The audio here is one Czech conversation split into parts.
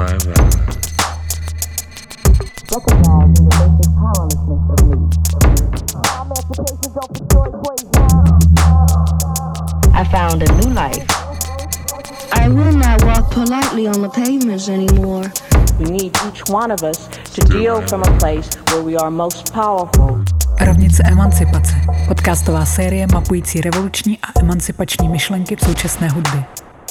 survivor. Recognizing the basic powerlessness of me. Emancipation don't destroy equation. I found a new life. I will not walk politely on the pavements anymore. We need each one of us to deal from a place where we are most powerful. Rovnice emancipace. Podcastová série mapující revoluční a emancipační myšlenky v současné hudbě.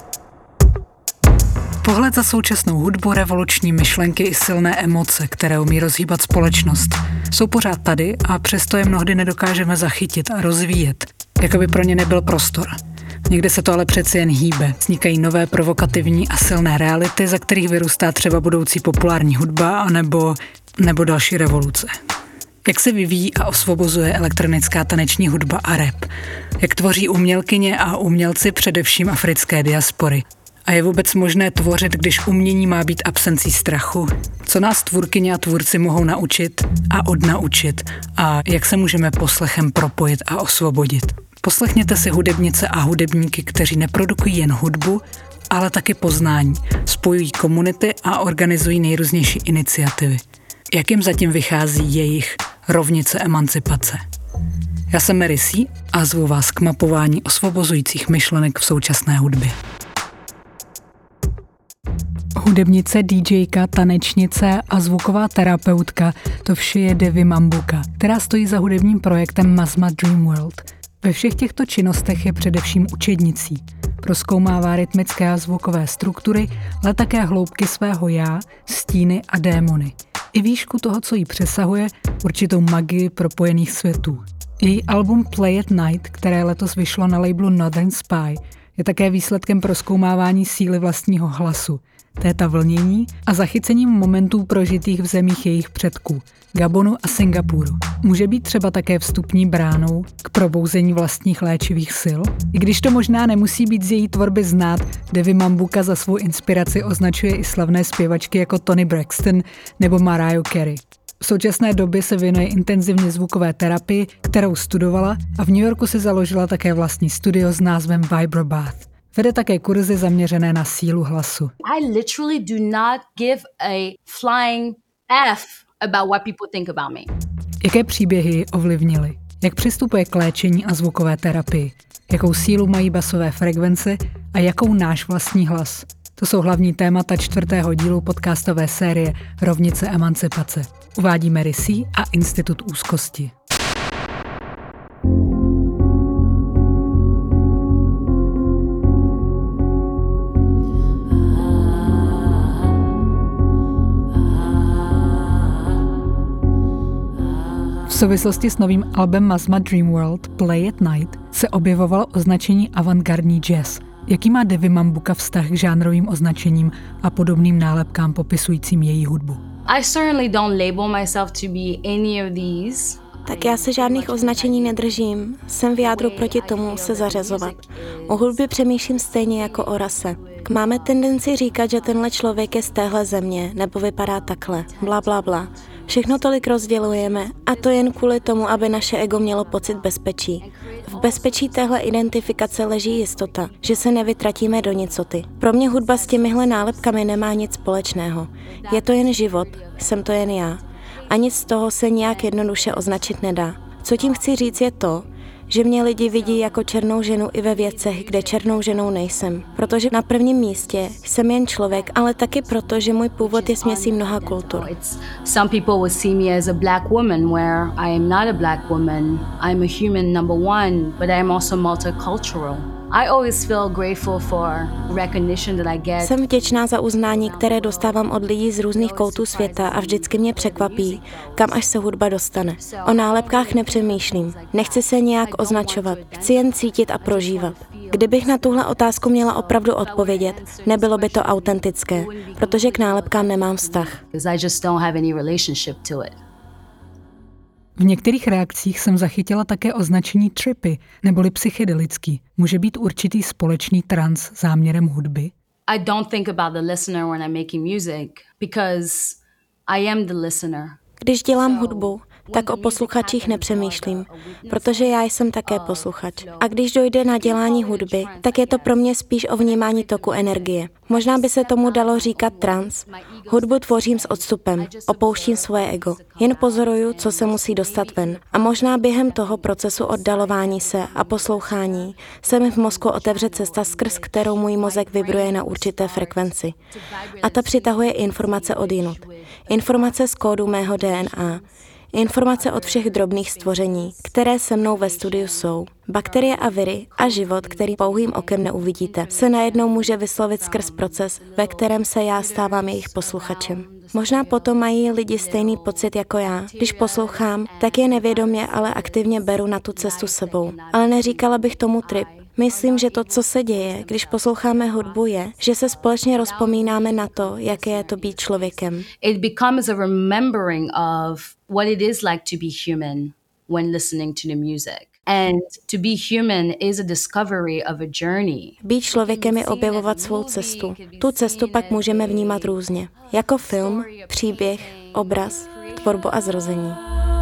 Pohled za současnou hudbu, revoluční myšlenky i silné emoce, které umí rozhýbat společnost, jsou pořád tady a přesto je mnohdy nedokážeme zachytit a rozvíjet, jako by pro ně nebyl prostor. Někde se to ale přeci jen hýbe. Vznikají nové provokativní a silné reality, za kterých vyrůstá třeba budoucí populární hudba nebo další revoluce. Jak se vyvíjí a osvobozuje elektronická taneční hudba a rap? Jak tvoří umělkyně a umělci především africké diaspory? A je vůbec možné tvořit, když umění má být absencí strachu? Co nás tvůrkyně a tvůrci mohou naučit a odnaučit? A jak se můžeme poslechem propojit a osvobodit? Poslechněte si hudebnice a hudebníky, kteří neprodukují jen hudbu, ale taky poznání, spojují komunity a organizují nejrůznější iniciativy. Jak jim zatím vychází jejich rovnice emancipace? Já jsem Mary C. a zvu vás k mapování osvobozujících myšlenek v současné hudbě. Hudebnice, DJka, tanečnice a zvuková terapeutka, to vše je Devi Mambuka, která stojí za hudebním projektem Mazma Dream World. Ve všech těchto činnostech je především učednicí. Prozkoumává rytmické a zvukové struktury, ale také hloubky svého já, stíny a démony. I výšku toho, co jí přesahuje, určitou magii propojených světů. Její album Play at Night, které letos vyšlo na labelu Northern Spy, je také výsledkem prozkoumávání síly vlastního hlasu, téta vlnění a zachycením momentů prožitých v zemích jejich předků, Gabonu a Singapuru. Může být třeba také vstupní bránou k probouzení vlastních léčivých sil. I když to možná nemusí být z její tvorby znát, Devi Mambuka za svou inspiraci označuje i slavné zpěvačky jako Toni Braxton nebo Mariah Carey. V současné době se věnuje intenzivně zvukové terapii, kterou studovala, a v New Yorku si založila také vlastní studio s názvem Vibrobath. Vede také kurzy zaměřené na sílu hlasu. I literally do not give a flying F about what people think about me. Jaké příběhy ji ovlivnily? Jak přistupuje k léčení a zvukové terapii? Jakou sílu mají basové frekvence a jakou náš vlastní hlas? To jsou hlavní témata 4. dílu podcastové série Rovnice emancipace. Uvádí Mary C. a Institut úzkosti. V souvislosti s novým albem Mazma Dream World Play at Night se objevovalo označení avantgardní jazz. Jaký má Devi Mambuka vztah k žánrovým označením a podobným nálepkám popisujícím její hudbu? I certainly don't label myself to be any of these. Tak já se žádných označení nedržím. Jsem v jádru proti tomu se zařazovat. O hudbě přemýšlím stejně jako o rase. Máme tendenci říkat, že tenhle člověk je z téhle země, nebo vypadá takhle, bla bla bla. Všechno tolik rozdělujeme a to jen kvůli tomu, aby naše ego mělo pocit bezpečí. V bezpečí téhle identifikace leží jistota, že se nevytratíme do nicoty. Pro mě hudba s těmihle nálepkami nemá nic společného. Je to jen život, jsem to jen já. A nic z toho se nějak jednoduše označit nedá. Co tím chci říct je to, že mě lidi vidí jako černou ženu i ve věcech, kde černou ženou nejsem. Protože na prvním místě jsem jen člověk, ale taky proto, že můj původ je směsí mnoha kultur. Some people would see me as a black woman, where I am not a black woman. I'm a human number one, but I am also multicultural. I always feel grateful for recognition that I get. Jsem vděčná za uznání, které dostávám od lidí z různých koutů světa a vždycky mě překvapí, kam až se hudba dostane. O nálepkách nepřemýšlím, nechci se nějak označovat, chci jen cítit a prožívat. Kdybych na tuhle otázku měla opravdu odpovědět, nebylo by to autentické, protože k nálepkám nemám vztah. I just don't have any relationship to it. V některých reakcích jsem zachytila také označení trippy, neboli psychedelický. Může být určitý společný trans záměrem hudby? I don't think about the listener when I'm making music, because I am the listener. Když dělám hudbu, tak o posluchačích nepřemýšlím, protože já jsem také posluchač. A když dojde na dělání hudby, tak je to pro mě spíš o vnímání toku energie. Možná by se tomu dalo říkat trans. Hudbu tvořím s odstupem, opouštím svoje ego. Jen pozoruju, co se musí dostat ven. A možná během toho procesu oddalování se a poslouchání se mi v mozku otevře cesta, skrz kterou můj mozek vibruje na určité frekvenci. A ta přitahuje informace odjinud. Informace z kódu mého DNA. Informace od všech drobných stvoření, které se mnou ve studiu jsou. Bakterie a viry a život, který pouhým okem neuvidíte, se najednou může vyslovit skrz proces, ve kterém se já stávám jejich posluchačem. Možná potom mají lidi stejný pocit jako já. Když poslouchám, tak je nevědomě, ale aktivně beru na tu cestu sebou. Ale neříkala bych tomu trip. Myslím, že to, co se děje, když posloucháme hudbu, je, že se společně rozpomínáme na to, jaké je to být člověkem. It becomes a remembering of what it is like to be human when listening to the music. And to be human is a discovery of a journey. Být člověkem je objevovat svou cestu. Tu cestu pak můžeme vnímat různě. Jako film, příběh, obraz, tvorbu a zrození.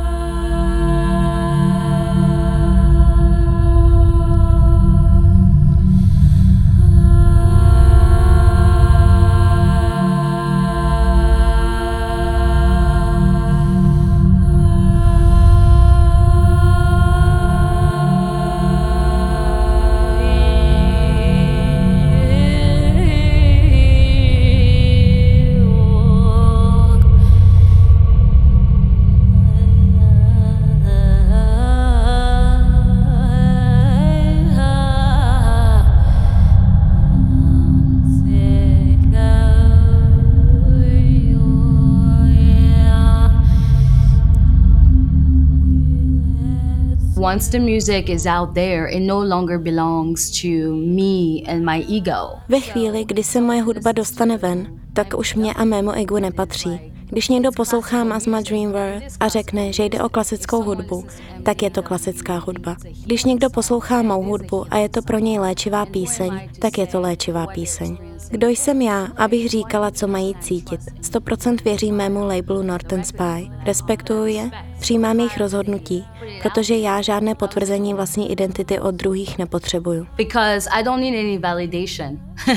Once the music is out there, it no longer belongs to me and my ego. Ve chvíli, kdy se moje hudba dostane ven, tak už mě a mému egu nepatří. Když někdo poslouchá Mazma Dream World a řekne, že jde o klasickou hudbu, tak je to klasická hudba. Když někdo poslouchá mou hudbu a je to pro něj léčivá píseň, tak je to léčivá píseň. Kdo jsem já, abych říkala, co mají cítit? 100% věřím mému labelu Northern Spy. Respektuju je, přijímám jejich rozhodnutí, protože já žádné potvrzení vlastní identity od druhých nepotřebuju. Because I don't need any validation.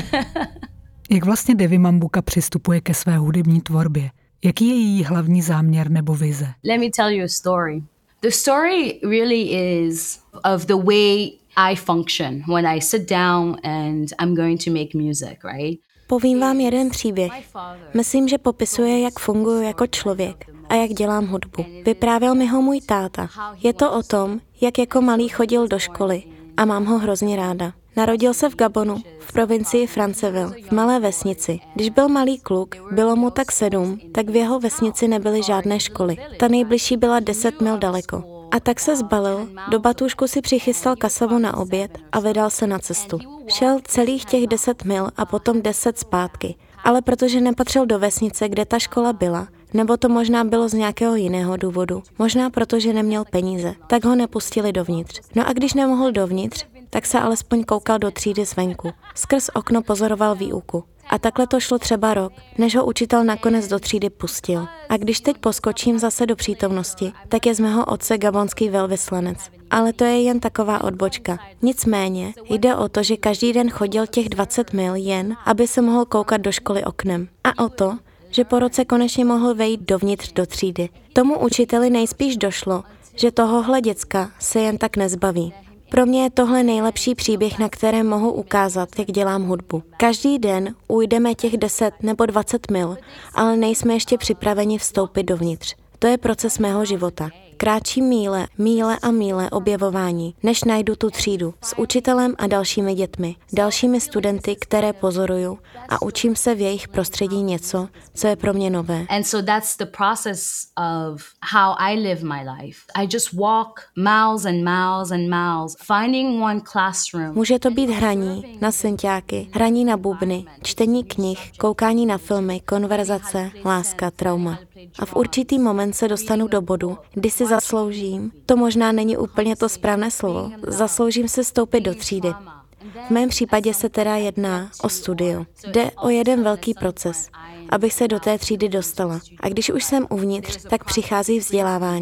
Jak vlastně Devi Mambuka přistupuje ke své hudební tvorbě? Jaký je její hlavní záměr nebo vize? Let me tell you a story. The story really is of the way I function when I sit down and I'm going to make music, right? Povím vám jeden příběh. Myslím, že popisuje, jak funguji jako člověk a jak dělám hudbu. Vyprávěl mi ho můj táta. Je to o tom, jak jako malý chodil do školy a mám ho hrozně ráda. Narodil se v Gabonu, v provincii Franceville, v malé vesnici. Když byl malý kluk, bylo mu tak 7, tak v jeho vesnici nebyly žádné školy. Ta nejbližší byla 10 mil daleko. A tak se zbalil, do batůžku si přichystal kasavu na oběd a vydal se na cestu. Šel celých těch 10 mil a potom 10 zpátky. Ale protože nepatřil do vesnice, kde ta škola byla, nebo to možná bylo z nějakého jiného důvodu, možná protože neměl peníze, tak ho nepustili dovnitř. No a když nemohl dovnitř, tak se alespoň koukal do třídy zvenku. Skrz okno pozoroval výuku. A takhle to šlo třeba rok, než ho učitel nakonec do třídy pustil. A když teď poskočím zase do přítomnosti, tak je z mého otce gabonský velvyslanec. Ale to je jen taková odbočka. Nicméně jde o to, že každý den chodil těch 20 mil jen, aby se mohl koukat do školy oknem. A o to, že po roce konečně mohl vejít dovnitř do třídy. Tomu učiteli nejspíš došlo, že tohohle děcka se jen tak nezbaví. Pro mě je tohle nejlepší příběh, na kterém mohu ukázat, jak dělám hudbu. Každý den ujdeme těch 10 nebo 20 mil, ale nejsme ještě připraveni vstoupit dovnitř. To je proces mého života. Kráčím míle a míle objevování, než najdu tu třídu s učitelem a dalšími dětmi, dalšími studenty, které pozoruju a učím se v jejich prostředí něco, co je pro mě nové. And so that's the process of how I live my life. I just walk miles and miles and miles, finding one classroom. Může to být hraní na synťáky, hraní na bubny, čtení knih, koukání na filmy, konverzace, láska, trauma. A v určitý moment se dostanu do bodu, kdy si zasloužím, to možná není úplně to správné slovo, zasloužím se vstoupit do třídy. V mém případě se teda jedná o studio. Jde o jeden velký proces, abych se do té třídy dostala. A když už jsem uvnitř, tak přichází vzdělávání.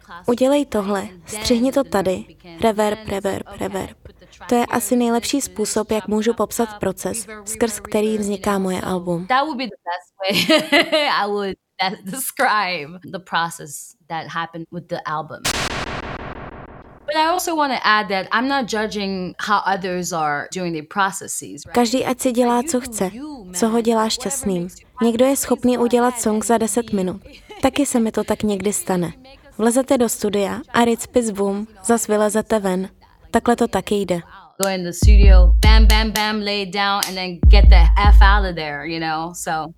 udělej tohle, střihni to tady, reverb, reverb, reverb. To je asi nejlepší způsob, jak můžu popsat proces, skrz který vzniká moje album. That would be the best way I would describe the process that happened with the album. But I also want to add that I'm not judging how others are doing their processes. Každý ať si dělá, co chce, co ho dělá šťastným. Někdo je schopný udělat song za 10 minut. Taky se mi to tak někdy stane. Vlezete do studia a ricpis boom, zas vylezete ven. Takhle to taky jde. Go in the studio, bam, bam, bam, lay it down and then get the F out of there, you know, so.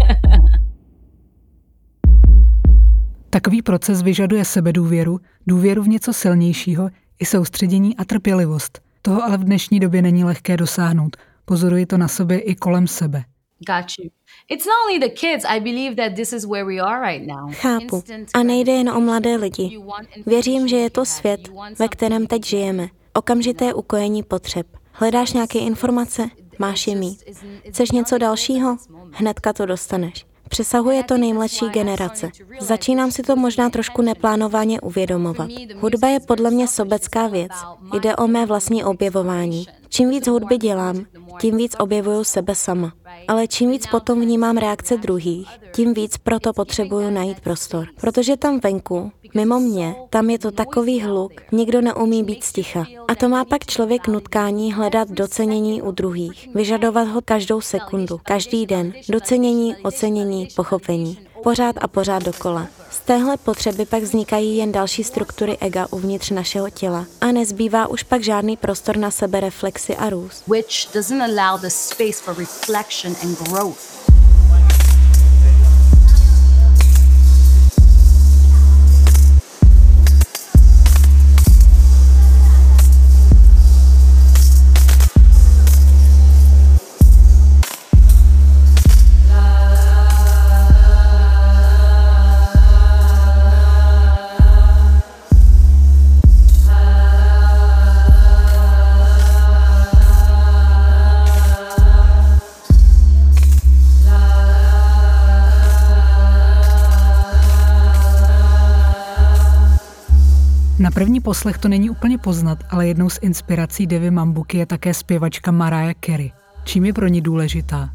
Takový proces vyžaduje sebedůvěru, důvěru v něco silnějšího i soustředění a trpělivost. Toho ale v dnešní době není lehké dosáhnout. Pozoruji to na sobě i kolem sebe. Got you. It's not only the kids. I believe that this is where we are right now. Chápu. A nejde jen o mladé lidi. Věřím, že je to svět, ve kterém teď žijeme. Okamžité ukojení potřeb. Hledáš nějaké informace? Máš je mít. Chceš něco dalšího? Hnedka to dostaneš. Přesahuje to nejmladší generace. Začínám si to možná trošku neplánovaně uvědomovat. Hudba je podle mě sobecká věc. Jde o mé vlastní objevování. Čím víc hudby dělám, tím víc objevuju sebe sama. Ale čím víc potom vnímám reakce druhých, tím víc proto potřebuju najít prostor. Protože tam venku, mimo mě, tam je to takový hluk, nikdo neumí být sticha. A to má pak člověk nutkání hledat docenění u druhých. Vyžadovat ho každou sekundu, každý den. Docenění, ocenění, pochopení. Pořád a pořád dokola. Z téhle potřeby pak vznikají jen další struktury ega uvnitř našeho těla a nezbývá už pak žádný prostor na sebereflexi a růst. Which doesn't allow the space for reflection and growth. Na první poslech to není úplně poznat, ale jednou z inspirací Devy Mambuky je také zpěvačka Mariah Carey. Čím je pro ní důležitá?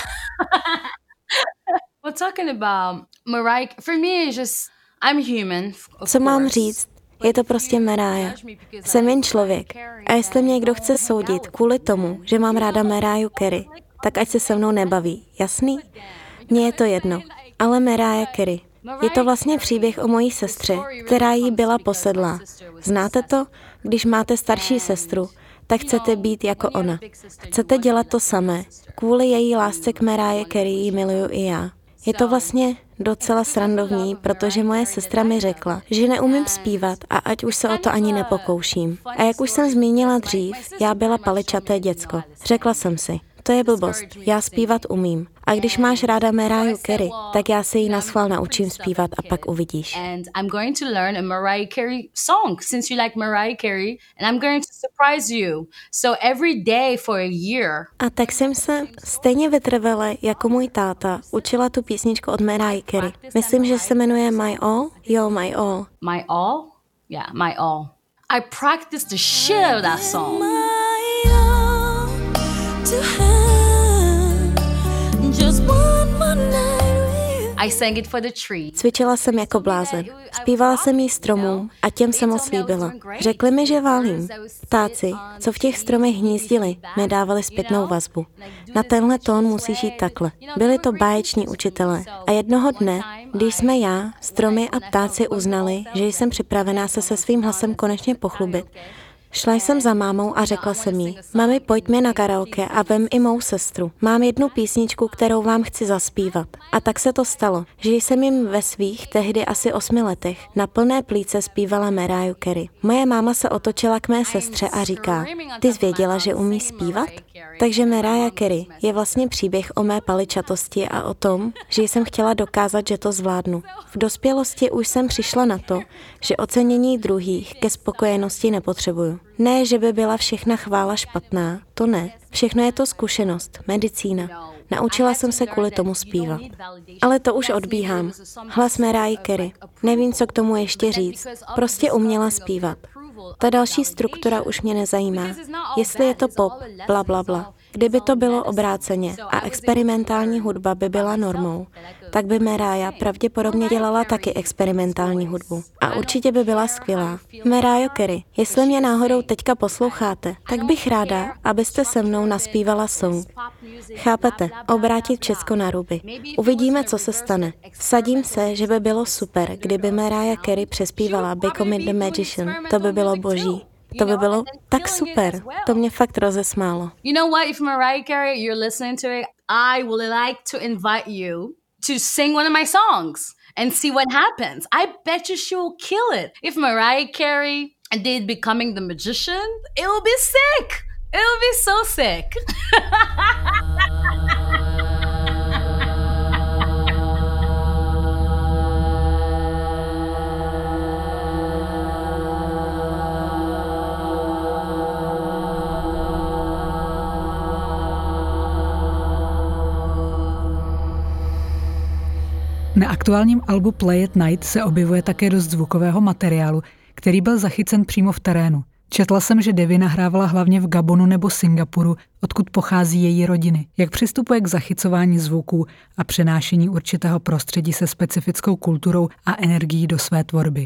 We're talking about Mariah. For me, it's just I'm human. Co mám říct? Je to prostě Mariah. Jsem jen člověk. A jestli mě někdo chce soudit kvůli tomu, že mám ráda Mariah Carey, tak ať se se mnou nebaví. Jasný? Mně je to jedno. Ale Mariah Carey. Je to vlastně příběh o mojí sestře, která jí byla posedlá. Znáte to? Když máte starší sestru, tak chcete být jako ona. Chcete dělat to samé. Kvůli její lásce k Mariah Carey ji miluju i já. Je to vlastně docela srandovní, protože moje sestra mi řekla, že neumím zpívat a ať už se o to ani nepokouším. A jak už jsem zmínila dřív, já byla paličaté děcko. Řekla jsem si, to je blbost, já zpívat umím. A když máš ráda Mariah Carey, tak já se jí naschvál naučím zpívat a pak uvidíš. And I'm going to learn a Mariah Carey song since you like Mariah Carey and I'm going to surprise you. So every day for a year. A tak jsem se stejně vytrvale jako můj táta učila tu písničku od Mariah Carey. Myslím, že se jmenuje My All, You're My All. My all? Yeah, my all. I practiced the shit out of that song. I sang it for the trees. Cvičila jsem jako blázen. Zpívala jsem jí stromům a těm se moc líbila. Řekli mi, že válím. Ptáci, co v těch stromech hnízdili, mi dávali zpětnou vazbu. Na tenhle tón musíš jít takhle. Byli to báječní učitelé. A jednoho dne, když jsme já, stromy a ptáci uznali, že jsem připravená se svým hlasem konečně pochlubit, šla jsem za mámou a řekla jsem jí, mami, pojďme na karaoke a vem i mou sestru. Mám jednu písničku, kterou vám chci zaspívat. A tak se to stalo, že jsem jim ve svých tehdy asi 8 letech na plné plíce zpívala Mariah Carey. Moje máma se otočila k mé sestře a říká, ty jsi věděla, že umí zpívat? Takže Mariah Carey je vlastně příběh o mé paličatosti a o tom, že jsem chtěla dokázat, že to zvládnu. V dospělosti už jsem přišla na to, že ocenění druhých ke spokojenosti nepotřebuju. Ne, že by byla všechna chvála špatná, to ne, Všechno je to zkušenost, medicína. Naučila jsem se kvůli tomu zpívat. Ale to už odbíhám. Hlas Mariah Carey. Nevím, co k tomu ještě říct. Prostě uměla zpívat. Ta další struktura už mě nezajímá. Jestli je to pop, bla, bla, bla. Kdyby to bylo obráceně a experimentální hudba by byla normou, tak by Mariah pravděpodobně dělala taky experimentální hudbu. A určitě by byla skvělá. Mariah Carey, jestli mě náhodou teďka posloucháte, tak bych ráda, abyste se mnou naspívala song. Chápete? Obrátit Česko na ruby. Uvidíme, co se stane. Vsadím se, že by bylo super, kdyby Mariah Carey přespívala Become the Magician. To by bylo boží. To by bylo tak super. To mě fakt rozesmálo. You know what? If Mariah Carey, you're listening to it, I would like to invite you to sing one of my songs and see what happens. I bet you she will kill it. If Mariah Carey did Becoming the Magician, it will be sick. It will be so sick. Na aktuálním albu Play at Night se objevuje také dost zvukového materiálu, který byl zachycen přímo v terénu. Četla jsem, že Devi nahrávala hlavně v Gabonu nebo Singapuru, odkud pochází její rodiny. Jak přistupuje k zachycování zvuků a přenášení určitého prostředí se specifickou kulturou a energií do své tvorby.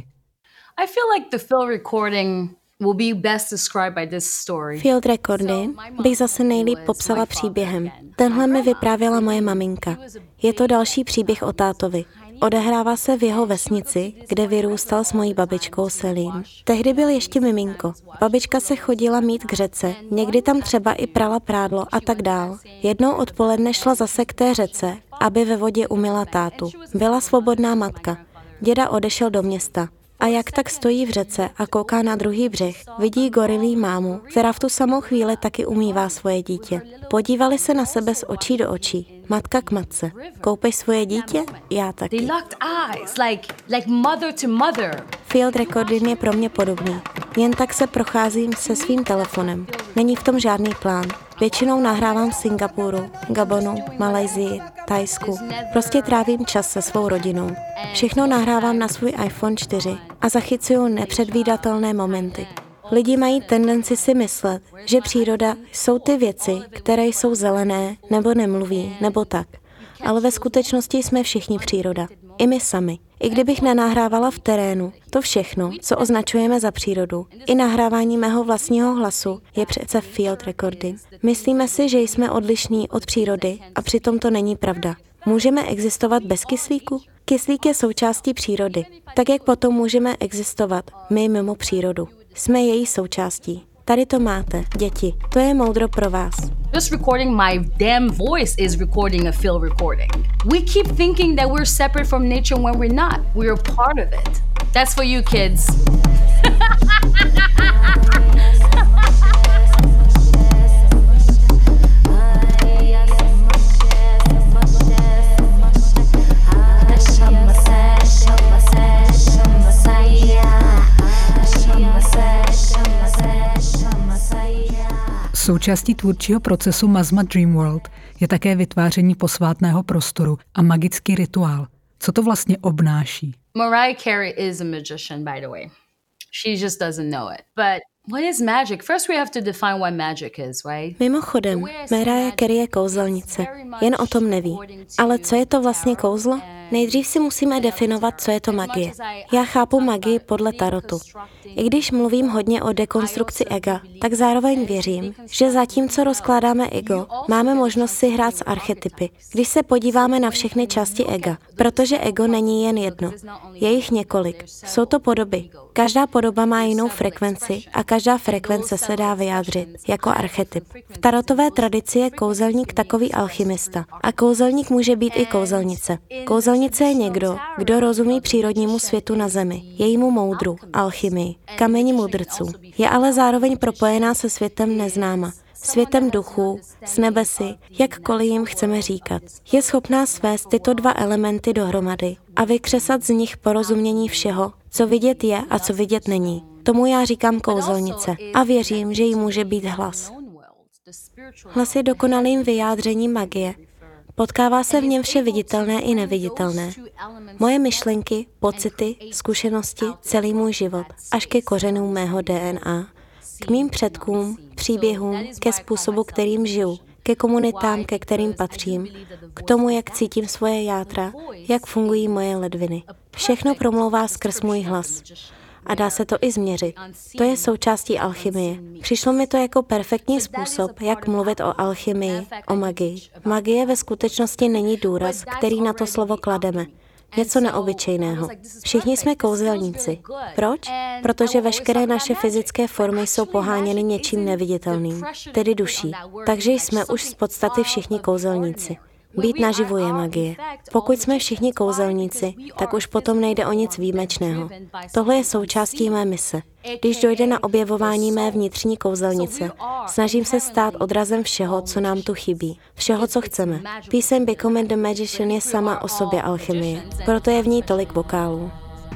I feel like the field recording will be best described by this story. Field recording bych zase nejlíp popsala příběhem. Tenhle mi vyprávěla moje maminka. Je to další příběh o tátovi. Odehrává se v jeho vesnici, kde vyrůstal s mojí babičkou Celine. Tehdy byl ještě miminko. Babička se chodila mít k řece, někdy tam třeba i prala prádlo a tak dál. Jednou odpoledne šla zase k té řece, aby ve vodě umyla tátu. Byla svobodná matka. Děda odešel do města. A jak tak stojí v řece a kouká na druhý břeh, vidí gorilí mámu, která v tu samou chvíli taky umývá svoje dítě. Podívali se na sebe z očí do očí. Matka k matce. Koupeš svoje dítě? Já taky. They locked eyes, like mother to mother. Field recording je pro mě podobný. Jen tak se procházím se svým telefonem. Není v tom žádný plán. Většinou nahrávám v Singapuru, Gabonu, Malajsii, Thajsku. Prostě trávím čas se svou rodinou. Všechno nahrávám na svůj iPhone 4 a zachycuju nepředvídatelné momenty. Lidi mají tendenci si myslet, že příroda jsou ty věci, které jsou zelené, nebo nemluví, nebo tak. Ale ve skutečnosti jsme všichni příroda. I my sami. I kdybych nenahrávala v terénu, to všechno, co označujeme za přírodu, i nahrávání mého vlastního hlasu je přece field recording. Myslíme si, že jsme odlišní od přírody a přitom to není pravda. Můžeme existovat bez kyslíku? Kyslík je součástí přírody, tak jak potom můžeme existovat my mimo přírodu. Jsme její součástí. Tady to máte, děti. To je moudro pro vás. Just recording my damn voice is recording a field recording. We keep thinking that we're separate from nature when we're not. We're a part of it. That's for you, kids. Součástí tvůrčího procesu Mazma Dream World je také vytváření posvátného prostoru a magický rituál. Co to vlastně obnáší? Mariah Carey is a magician, by the way. She just doesn't know it. But what is magic? First we have to define what magic is, right? Mimochodem, Mariah Carey je kouzelnice. Jen o tom neví. Ale co je to vlastně kouzlo? Nejdřív si musíme definovat, co je to magie. Já chápu magii podle tarotu. I když mluvím hodně o dekonstrukci ega, tak zároveň věřím, že zatímco rozkládáme ego, máme možnost si hrát s archetypy, když se podíváme na všechny části ega, protože ego není jen jedno. Je jich několik. Jsou to podoby. Každá podoba má jinou frekvenci a každá frekvence se dá vyjádřit jako archetyp. V tarotové tradici je kouzelník takový alchymista a kouzelník může být i kouzelnice. Kouzelnice je někdo, kdo rozumí přírodnímu světu na zemi, jejímu moudru, alchymii, kameni mudrců. Je ale zároveň propojená se světem neznáma, světem duchů, s nebesy, jakkoliv jim chceme říkat. Je schopná svést tyto dva elementy dohromady a vykřesat z nich porozumění všeho, co vidět je a co vidět není. Tomu já říkám kouzelnice a věřím, že jí může být hlas. Hlas je dokonalým vyjádřením magie. Potkává se v něm vše viditelné i neviditelné. Moje myšlenky, pocity, zkušenosti, celý můj život, až ke kořenům mého DNA. K mým předkům, příběhům, ke způsobu, kterým žiju, ke komunitám, ke kterým patřím, k tomu, jak cítím svoje játra, jak fungují moje ledviny. Všechno promlouvá skrz můj hlas. A dá se to i změřit. To je součástí alchymie. Přišlo mi to jako perfektní způsob, jak mluvit o alchymii, o magii. Magie ve skutečnosti není důraz, který na to slovo klademe. Něco neobyčejného. Všichni jsme kouzelníci. Proč? Protože veškeré naše fyzické formy jsou poháněny něčím neviditelným, tedy duší. Takže jsme už z podstaty všichni kouzelníci. Být naživu je magie. Pokud jsme všichni kouzelníci, tak už potom nejde o nic výjimečného. Tohle je součástí mé mise. Když dojde na objevování mé vnitřní kouzelnice, snažím se stát odrazem všeho, co nám tu chybí. Všeho, co chceme. Píseň Becoming the Magician je sama o sobě alchymie. Proto je v ní tolik vokálů.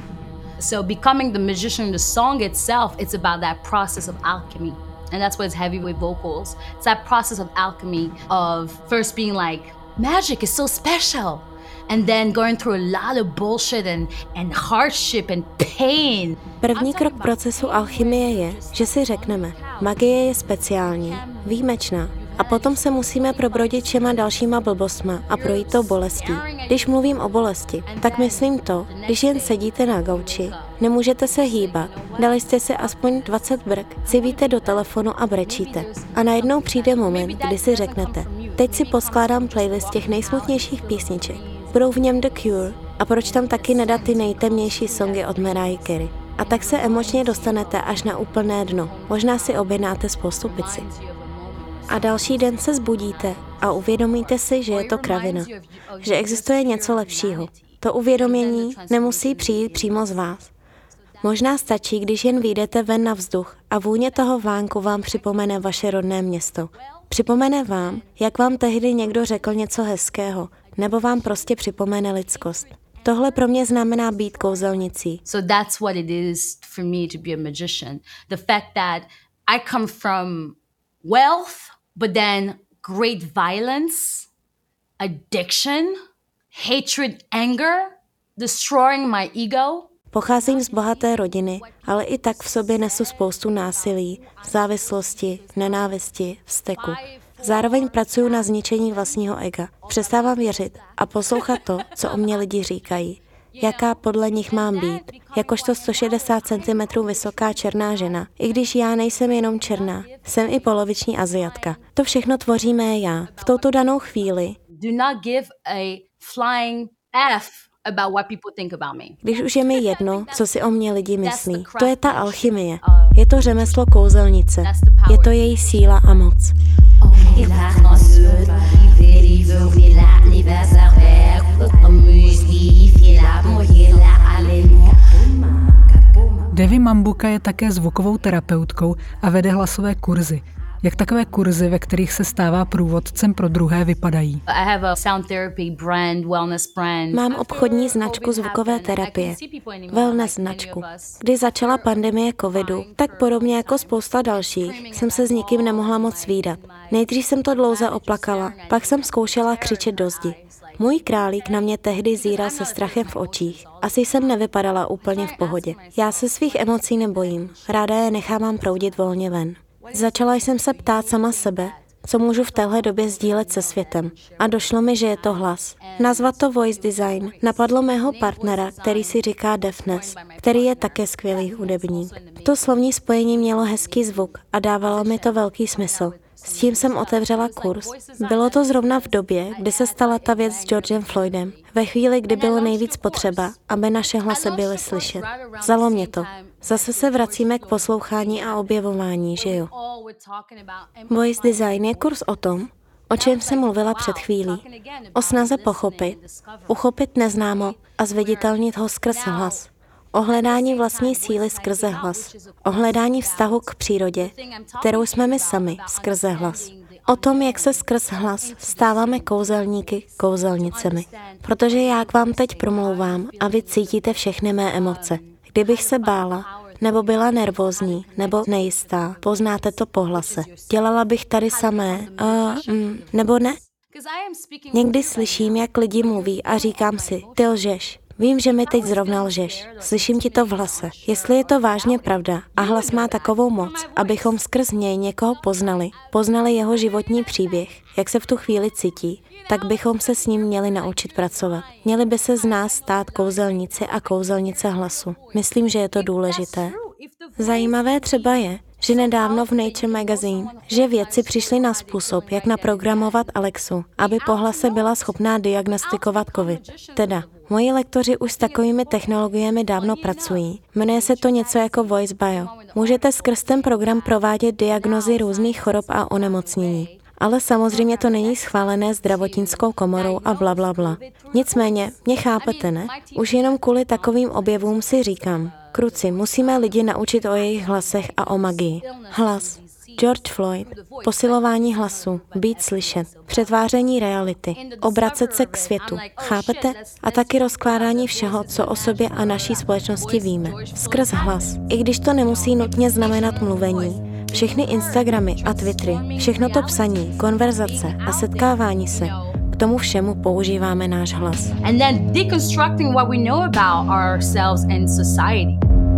So Becoming the Magician, the song itself, it's about that process of alchemy. And that's why it's heavy with vocals. It's that process of alchemy of first being like, magic is so special. And then going through a lot of bullshit and hardship and pain. První krok procesu alchymie je, že si řekneme, magie je speciální, výjimečná. A potom se musíme probrodit všema dalšíma blbostma a projít to bolestí. Když mluvím o bolesti, tak myslím to, když jen sedíte na gauči, nemůžete se hýbat, dali jste si aspoň 20 brk, civíte do telefonu a brečíte. A najednou přijde moment, kdy si řeknete, teď si poskládám playlist těch nejsmutnějších písniček. Budou v něm The Cure a proč tam taky nedat ty nejtemnější songy od Mariah Carey. A tak se emočně dostanete až na úplné dno. Možná si objednáte spoustu pici. A další den se zbudíte a uvědomíte si, že je to kravina, že existuje něco lepšího. To uvědomění nemusí přijít přímo z vás. Možná stačí, když jen vyjdete ven na vzduch a vůně toho vánku vám připomene vaše rodné město. Připomene vám, jak vám tehdy někdo řekl něco hezkého, nebo vám prostě připomene lidskost. Tohle pro mě znamená být kouzelnicí. So that's what it is for me to be a magician. The fact that I come from wealth, but then great violence, addiction, hatred, anger, destroying my ego. Pocházím z bohaté rodiny, ale i tak v sobě nesu spoustu násilí, závislosti, nenávisti, vzteku. Zároveň pracuji na zničení vlastního ega. Přestávám věřit a poslouchat to, co o mě lidi říkají. Jaká podle nich mám být, jakožto 160 cm vysoká černá žena. I když já nejsem jenom černá, jsem i poloviční Aziatka. To všechno tvoří mé já. V touto danou chvíli. Do not give a flying F about what people think about me. Když už je mi jedno, co si o mě lidi myslí. To je ta alchymie. Je to řemeslo kouzelnice. Je to její síla a moc. Devi Mambuka je také zvukovou terapeutkou a vede hlasové kurzy. Jak takové kurzy, ve kterých se stává průvodcem pro druhé, vypadají? Mám obchodní značku zvukové terapie, wellness značku. Když začala pandemie covidu, tak podobně jako spousta dalších, jsem se s nikým nemohla moc vídat. Nejdřív jsem to dlouze oplakala, pak jsem zkoušela křičet do zdi. Můj králík na mě tehdy zíral se strachem v očích. Asi jsem nevypadala úplně v pohodě. Já se svých emocí nebojím, ráda je nechávám proudit volně ven. Začala jsem se ptát sama sebe, co můžu v téhle době sdílet se světem. A došlo mi, že je to hlas. Nazvat to voice design napadlo mého partnera, který si říká Deafness, který je také skvělý hudebník. To slovní spojení mělo hezký zvuk a dávalo mi to velký smysl. S tím jsem otevřela kurz. Bylo to zrovna v době, kdy se stala ta věc s Georgem Floydem. Ve chvíli, kdy bylo nejvíc potřeba, aby naše hlasy byly slyšet. Vzalo mě to. Zase se vracíme k poslouchání a objevování, že jo? Voice design je kurz o tom, o čem jsem mluvila před chvílí. O snaze pochopit, uchopit neznámo a zviditelnit ho skrz hlas. O hledání vlastní síly skrze hlas. O hledání vztahu k přírodě, kterou jsme my sami skrze hlas. O tom, jak se skrz hlas stáváme kouzelníky, kouzelnicemi. Protože já k vám teď promlouvám a vy cítíte všechny mé emoce. Kdybych se bála, nebo byla nervózní, nebo nejistá. Poznáte to po hlase. Dělala bych tady samé, nebo ne? Někdy slyším, jak lidi mluví a říkám si, ty lžeš. Vím, že mi teď zrovna lžeš. Slyším ti to v hlase. Jestli je to vážně pravda a hlas má takovou moc, abychom skrz něj někoho poznali jeho životní příběh, jak se v tu chvíli cítí, tak bychom se s ním měli naučit pracovat. Měli by se z nás stát kouzelníci a kouzelnice hlasu. Myslím, že je to důležité. Zajímavé třeba je, že nedávno v Nature Magazine, že vědci přišli na způsob, jak naprogramovat Alexu, aby po hlase byla schopná diagnostikovat COVID. Teda, moji lektoři už s takovými technologiemi dávno pracují. Jmenuje se to něco jako Voice Bio. Můžete skrz ten program provádět diagnózy různých chorob a onemocnění. Ale samozřejmě to není schválené zdravotnickou komorou a blablabla. Nicméně, mě chápete, ne? Už jenom kvůli takovým objevům si říkám, kruci, musíme lidi naučit o jejich hlasech a o magii. Hlas. George Floyd. Posilování hlasu. Být slyšet. Přetváření reality. Obracet se k světu. Chápete? A taky rozkládání všeho, co o sobě a naší společnosti víme. Skrz hlas. I když to nemusí nutně znamenat mluvení. Všechny Instagramy a Twittery, všechno to psaní, konverzace a setkávání se, k tomu všemu používáme náš hlas. And then deconstructing what we know about ourselves and society.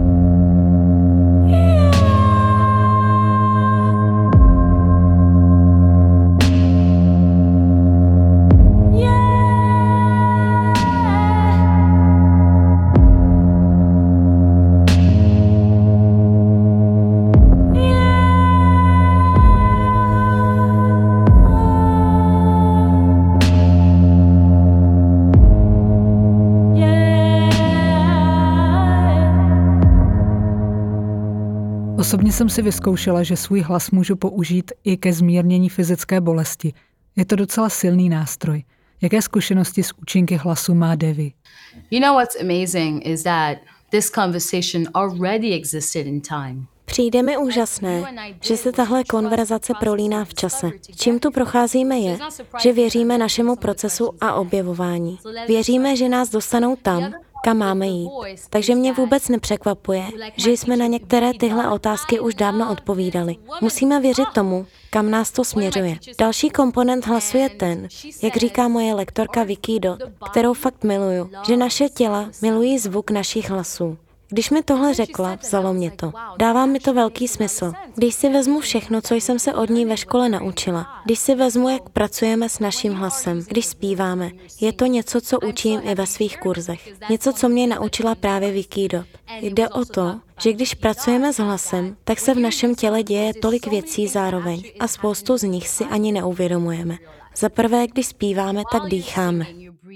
Osobně jsem si vyzkoušela, že svůj hlas můžu použít i ke zmírnění fyzické bolesti. Je to docela silný nástroj. Jaké zkušenosti s účinky hlasu má Devi? You know what's amazing is that this conversation already existed in time. Přijde mi úžasné, že se tahle konverzace prolíná v čase. Čím tu procházíme je, že věříme našemu procesu a objevování. Věříme, že nás dostanou tam, kam máme jít. Takže mě vůbec nepřekvapuje, že jsme na některé tyhle otázky už dávno odpovídali. Musíme věřit tomu, kam nás to směřuje. Další komponent hlasu je ten, jak říká moje lektorka Vicky Dodd, kterou fakt miluju, že naše těla milují zvuk našich hlasů. Když mi tohle řekla, vzalo mě to. Dává mi to velký smysl. Když si vezmu všechno, co jsem se od ní ve škole naučila, když si vezmu, jak pracujeme s naším hlasem, když zpíváme, je to něco, co učím i ve svých kurzech. Něco, co mě naučila právě Vicky Dodd. Jde o to, že když pracujeme s hlasem, tak se v našem těle děje tolik věcí zároveň a spoustu z nich si ani neuvědomujeme. Za prvé, když zpíváme, tak dýcháme.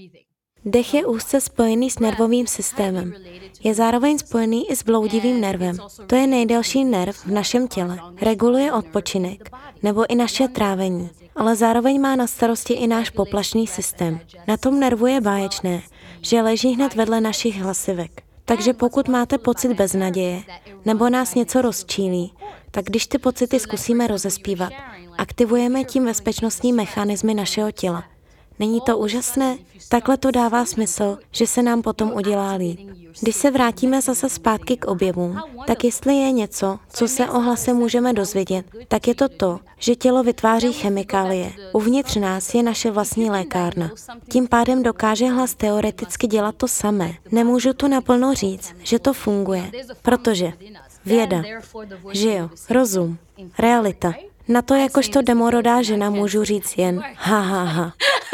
Dech je úzce spojený s nervovým systémem. Je zároveň spojený i s bloudivým nervem. To je nejdelší nerv v našem těle. Reguluje odpočinek nebo i naše trávení, ale zároveň má na starosti i náš poplašný systém. Na tom nervu je báječné, že leží hned vedle našich hlasivek. Takže pokud máte pocit beznaděje nebo nás něco rozčílí, tak když ty pocity zkusíme rozespívat, aktivujeme tím bezpečnostní mechanismy našeho těla. Není to úžasné? Takhle to dává smysl, že se nám potom udělá líp. Když se vrátíme zase zpátky k objevům, tak jestli je něco, co se o hlase můžeme dozvědět, tak je to to, že tělo vytváří chemikálie. Uvnitř nás je naše vlastní lékárna. Tím pádem dokáže hlas teoreticky dělat to samé. Nemůžu to naplno říct, že to funguje, protože věda, že jo, rozum, realita. Na to jakožto demorodá žena můžu říct jen ha.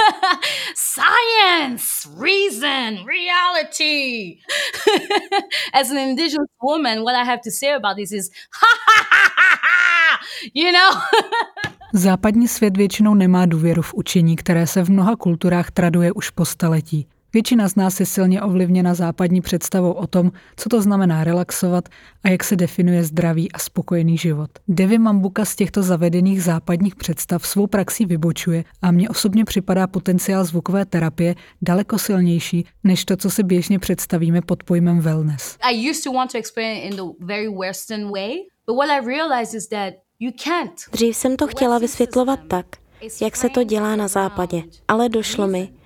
Science, reason, reality. As an indigenous woman, what I have to say about this is you know. Západní svět většinou nemá důvěru v učení, které se v mnoha kulturách traduje už po staletí. Většina z nás je silně ovlivněna západní představou o tom, co to znamená relaxovat a jak se definuje zdravý a spokojený život. Devi Mambuka z těchto zavedených západních představ svou praxí vybočuje a mně osobně připadá potenciál zvukové terapie daleko silnější, než to, co si běžně představíme pod pojmem wellness. I used to want to explain it in the very Western way, but what I realized is that you can't. Dřív jsem to chtěla vysvětlovat tak, jak se to dělá na západě, ale došlo mi,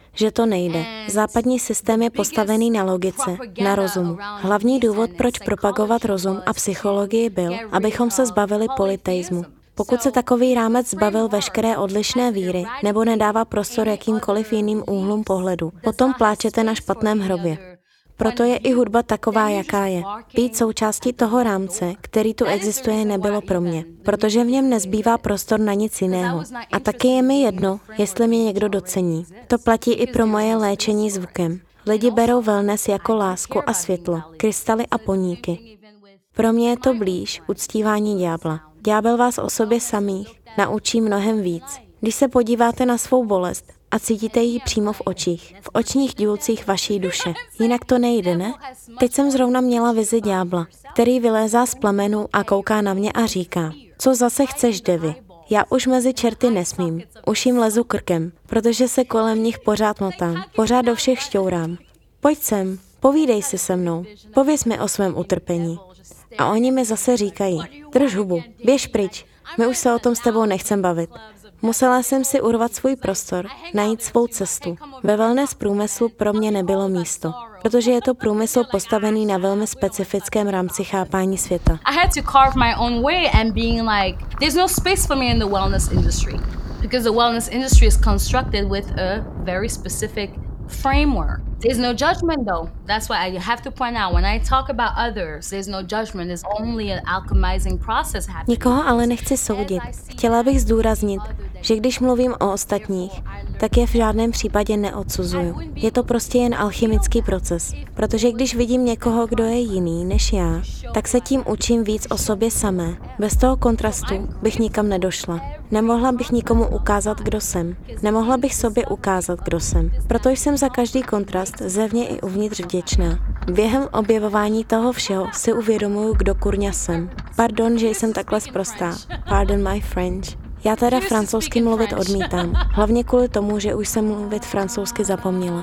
že to nejde. Západní systém je postavený na logice, na rozumu. Hlavní důvod, proč propagovat rozum a psychologii byl, abychom se zbavili politeismu. Pokud se takový rámec zbavil veškeré odlišné víry nebo nedává prostor jakýmkoliv jiným úhlům pohledu, potom pláčete na špatném hrobě. Proto je i hudba taková, jaká je. Být součástí toho rámce, který tu existuje, nebylo pro mě, protože v něm nezbývá prostor na nic jiného. A taky je mi jedno, jestli mě někdo docení. To platí i pro moje léčení zvukem. Lidi berou wellness jako lásku a světlo, krystaly a poníky. Pro mě je to blíž uctívání ďábla. Ďábel vás o sobě samých naučí mnohem víc. Když se podíváte na svou bolest a cítíte ji přímo v očních důlcích vaší duše. Jinak to nejde, ne? Teď jsem zrovna měla vizi ďábla, který vylézá z plamenů a kouká na mě a říká: co zase chceš, Devi? Já už mezi čerty nesmím, už jim lezu krkem, protože se kolem nich pořád motám, pořád do všech šťourám. Pojď sem, povídej si se mnou, pověz mi o svém utrpení. A oni mi zase říkají: drž hubu, běž pryč, my už se o tom s tebou nechcem bavit. Musela jsem si urvat svůj prostor, najít svou cestu. Ve wellness průmyslu pro mě nebylo místo, protože je to průmysl postavený na velmi specifickém rámci chápání světa. I had to carve my own way and being like, there's no space for me in the wellness industry. Because the wellness industry is constructed with a very specific framework. There's no judgment though. That's why I have to point out, when I talk about others, there's no judgment. There's only an alchemizing process happening. Nikoho ale nechci soudit. Chtěla bych zdůraznit, že když mluvím o ostatních, tak je v žádném případě neodsuzuju. Je to prostě jen alchemický proces. Protože když vidím někoho, kdo je jiný než já, tak se tím učím víc o sobě samé. Bez toho kontrastu bych nikam nedošla. Nemohla bych nikomu ukázat, kdo jsem. Nemohla bych sobě ukázat, kdo jsem. Proto jsem za každý kontrast zevně i uvnitř vděčná. Během objevování toho všeho si uvědomuju, kdo kurňa jsem. Pardon, že jsem takhle sprostá. Pardon my French. Já teda francouzsky mluvit odmítám. Hlavně kvůli tomu, že už jsem mluvit francouzsky zapomněla.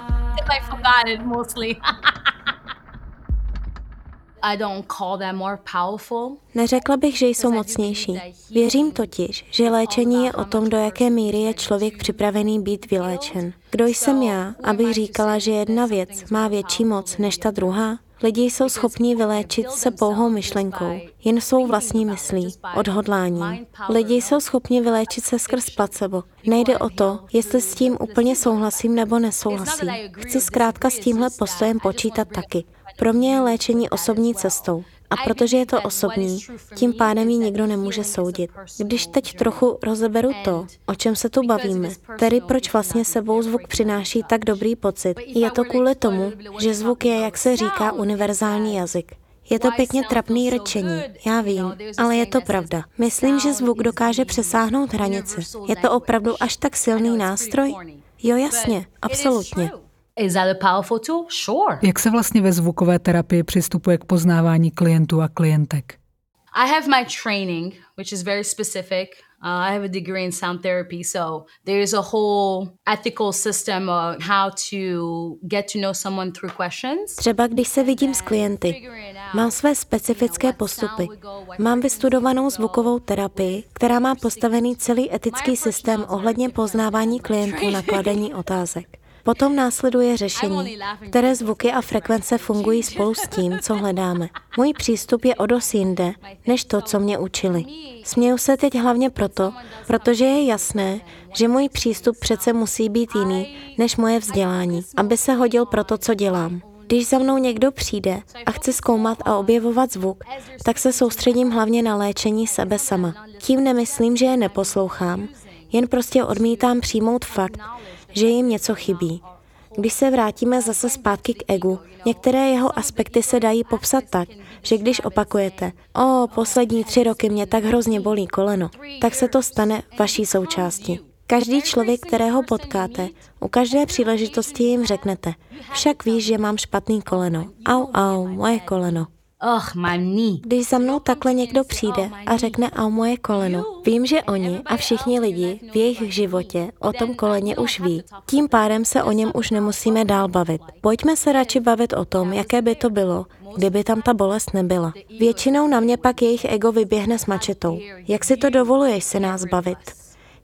I don't call them more powerful. Neřekla bych, že jsou mocnější. Věřím totiž, že léčení je o tom, do jaké míry je člověk připravený být vyléčen. Kdo jsem já, abych říkala, že jedna věc má větší moc než ta druhá? Lidi jsou schopní vyléčit se pouhou myšlenkou, jen svou vlastní myslí, odhodláním. Lidi jsou schopni vyléčit se skrz placebo. Nejde o to, jestli s tím úplně souhlasím nebo nesouhlasím. Chci zkrátka s tímhle postojem počítat taky. Pro mě je léčení osobní cestou. A protože je to osobní, tím pádem ji nikdo nemůže soudit. Když teď trochu rozeberu to, o čem se tu bavíme, tedy proč vlastně sebou zvuk přináší tak dobrý pocit, je to kvůli tomu, že zvuk je, jak se říká, univerzální jazyk. Je to pěkně trapný rčení, já vím, ale je to pravda. Myslím, že zvuk dokáže přesáhnout hranice. Je to opravdu až tak silný nástroj? Jo, jasně, absolutně. Is that a powerful tool? Sure. Jak se vlastně ve zvukové terapii přistupuje k poznávání klientů a klientek? I have my training, which is very specific. I have a degree in sound therapy, so there's a whole ethical system of how to get to know someone through questions. Třeba když se vidím s klienty, mám své specifické postupy. Mám vystudovanou zvukovou terapii, která má postavený celý etický systém ohledně poznávání klientů na kladení otázek. Potom následuje řešení, které zvuky a frekvence fungují spolu s tím, co hledáme. Můj přístup je o dost jinde, než to, co mě učili. Směju se teď hlavně proto, protože je jasné, že můj přístup přece musí být jiný, než moje vzdělání, aby se hodil pro to, co dělám. Když za mnou někdo přijde a chce zkoumat a objevovat zvuk, tak se soustředím hlavně na léčení sebe sama. Tím nemyslím, že je neposlouchám, jen prostě odmítám přijmout fakt, že jim něco chybí. Když se vrátíme zase zpátky k egu, některé jeho aspekty se dají popsat tak, že když opakujete, poslední 3 roky mě tak hrozně bolí koleno, tak se to stane vaší součástí. Každý člověk, kterého potkáte, u každé příležitosti jim řeknete, však víš, že mám špatný koleno. Au, moje koleno. My knee. Když za mnou takhle někdo přijde a řekne au moje koleno, vím, že oni a všichni lidi v jejich životě o tom koleně už ví. Tím pádem se o něm už nemusíme dál bavit. Pojďme se radši bavit o tom, jaké by to bylo, kdyby tam ta bolest nebyla. Většinou na mě pak jejich ego vyběhne s mačetou. Jak si to dovoluješ se nás bavit?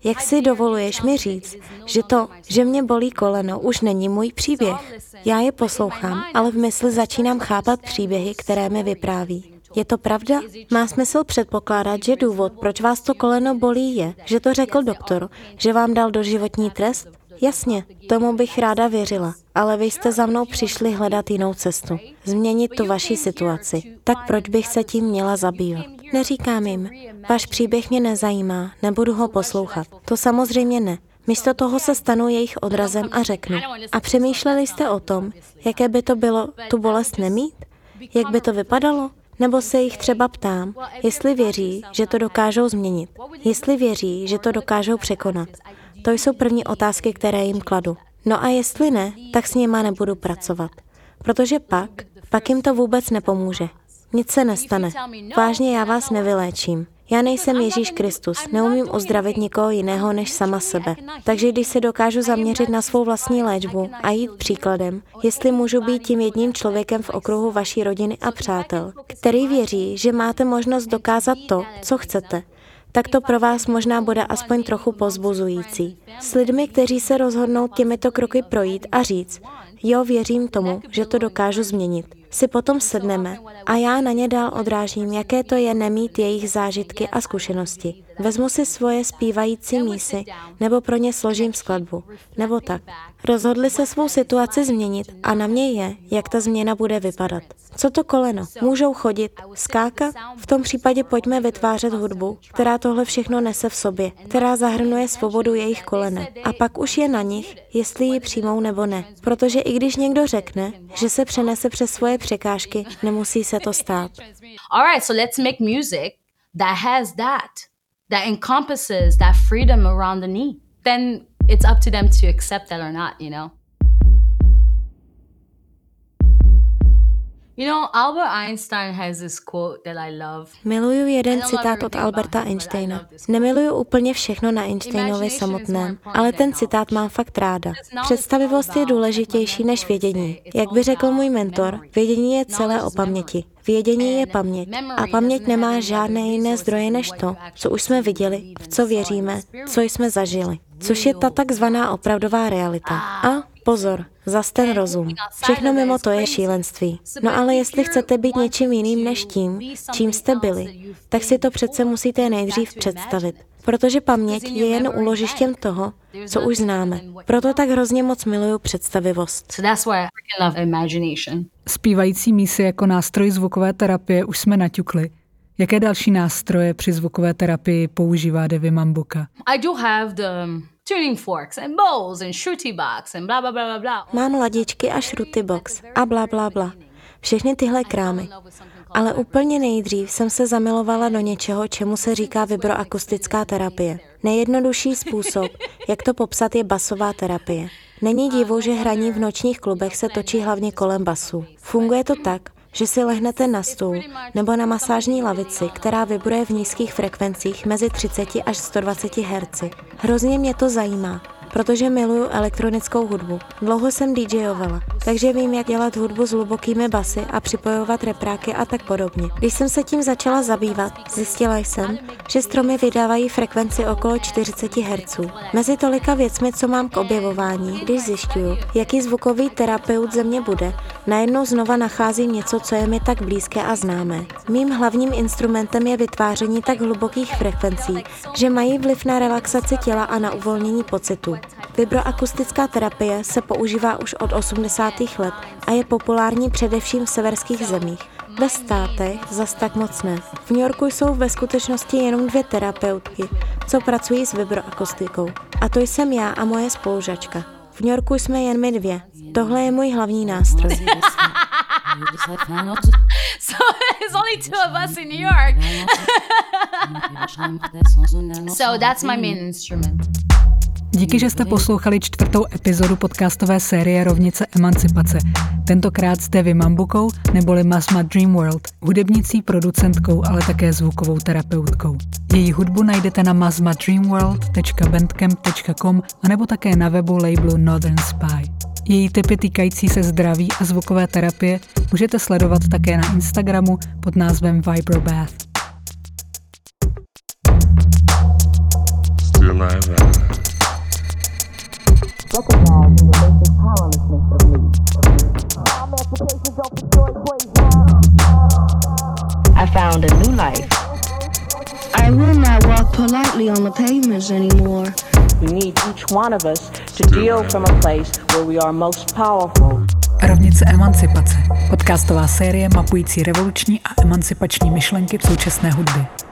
Jak si dovoluješ mi říct, že to, že mě bolí koleno, už není můj příběh? Já je poslouchám, ale v mysli začínám chápat příběhy, které mi vypráví. Je to pravda? Má smysl předpokládat, že důvod, proč vás to koleno bolí, je, že to řekl doktor, že vám dal doživotní trest? Jasně, tomu bych ráda věřila, ale vy jste za mnou přišli hledat jinou cestu, změnit tu vaši situaci. Tak proč bych se tím měla zabývat? Neříkám jim, váš příběh mě nezajímá, nebudu ho poslouchat. To samozřejmě ne. Místo toho se stanu jejich odrazem a řeknu. A přemýšleli jste o tom, jaké by to bylo tu bolest nemít? Jak by to vypadalo? Nebo se jich třeba ptám, jestli věří, že to dokážou změnit, jestli věří, že to dokážou překonat. To jsou první otázky, které jim kladu. No a jestli ne, tak s nima nebudu pracovat. Protože pak jim to vůbec nepomůže. Nic se nestane. Vážně, já vás nevyléčím. Já nejsem Ježíš Kristus, neumím uzdravit nikoho jiného než sama sebe. Takže když se dokážu zaměřit na svou vlastní léčbu a jít příkladem, jestli můžu být tím jedním člověkem v okruhu vaší rodiny a přátel, který věří, že máte možnost dokázat to, co chcete, tak to pro vás možná bude aspoň trochu povzbuzující. S lidmi, kteří se rozhodnou těmito kroky projít a říct, jo, věřím tomu, že to dokážu změnit. Si potom sedneme a já na ně dál odrážím, jaké to je nemít jejich zážitky a zkušenosti. Vezmu si svoje zpívající mísy nebo pro ně složím skladbu. Nebo tak. Rozhodli se svou situaci změnit a na mě je, jak ta změna bude vypadat. Co to koleno? Můžou chodit, skákat? V tom případě pojďme vytvářet hudbu, která tohle všechno nese v sobě, která zahrnuje svobodu jejich kolene. A pak už je na nich, jestli ji přijmou nebo ne. Protože i když někdo řekne, že se přenese přes svoje překážky, nemusí se to stát. Alright, so let's make music that has that encompasses that freedom around the knee. Then it's up to them to accept that or not, you know? You know, Albert Einstein has this quote that I love. Miluju jeden citát od Alberta Einsteina. Nemiluju úplně všechno na Einsteinovi samotném, ale ten citát mám fakt ráda. Představivost je důležitější než vědění. Jak by řekl můj mentor, vědění je celé o paměti. Vědění je paměť a paměť nemá žádné jiné zdroje než to, co už jsme viděli, v co věříme, co jsme zažili. Což je ta takzvaná opravdová realita. A pozor, zas ten rozum. Všechno mimo to je šílenství. No ale jestli chcete být něčím jiným než tím, čím jste byli, tak si to přece musíte nejdřív představit. Protože paměť je jen úložištěm toho, co už známe. Proto tak hrozně moc miluju představivost. Zpívající mísy jako nástroj zvukové terapie už jsme naťukli. Jaké další nástroje při zvukové terapii používá Devi Mambuka? I do have the tuning forks and bowls and shruti box and bla bla bla bla. Mám ladičky a shruti box a bla bla bla. Všechny tyhle krámy. Ale úplně nejdřív jsem se zamilovala do něčeho, čemu se říká vibroakustická terapie. Nejjednodušší způsob, jak to popsat, je basová terapie. Není divu, že hraní v nočních klubech se točí hlavně kolem basu. Funguje to tak, že si lehnete na stůl nebo na masážní lavici, která vibruje v nízkých frekvencích mezi 30 až 120 Hz. Hrozně mě to zajímá, protože miluju elektronickou hudbu. Dlouho jsem DJovala, takže vím, jak dělat hudbu s hlubokými basy a připojovat repráky a tak podobně. Když jsem se tím začala zabývat, zjistila jsem, že stromy vydávají frekvenci okolo 40 Hz. Mezi tolika věcmi, co mám k objevování, když zjišťuju, jaký zvukový terapeut ze mě bude, najednou znova nacházím něco, co je mi tak blízké a známé. Mým hlavním instrumentem je vytváření tak hlubokých frekvencí, že mají vliv na relaxaci těla a na uvolnění pocitů. Vibroakustická terapie se používá už od 80. let a je populární především v severských zemích. Ve státech zas tak moc ne. V New Yorku jsou ve skutečnosti jenom 2 terapeutky, co pracují s vibroakustikou. A to jsem já a moje spolužačka. V New Yorku jsme jen my 2. Tohle je můj hlavní nástroj. So there's only 2 of us in New York. So that's my main instrument. Díky, že jste poslouchali 4. epizodu podcastové série Rovnice emancipace. Tentokrát s Devi Mambukou neboli Mazma Dream World, hudebnicí, producentkou, ale také zvukovou terapeutkou. Její hudbu najdete na mazmadreamworld.bandcamp.com a nebo také na webu labelu Northern Spy. Její tipy týkající se zdraví a zvukové terapie můžete sledovat také na Instagramu pod názvem Vibrobath. Recognize the basic powerlessness of me. Emancipation don't destroy equation. I found a new life. I will not walk politely on the pavements anymore. We need each one of us to deal from a place where we are most powerful. Rovnice emancipace. Podcastová série mapující revoluční a emancipační myšlenky v současné hudbě.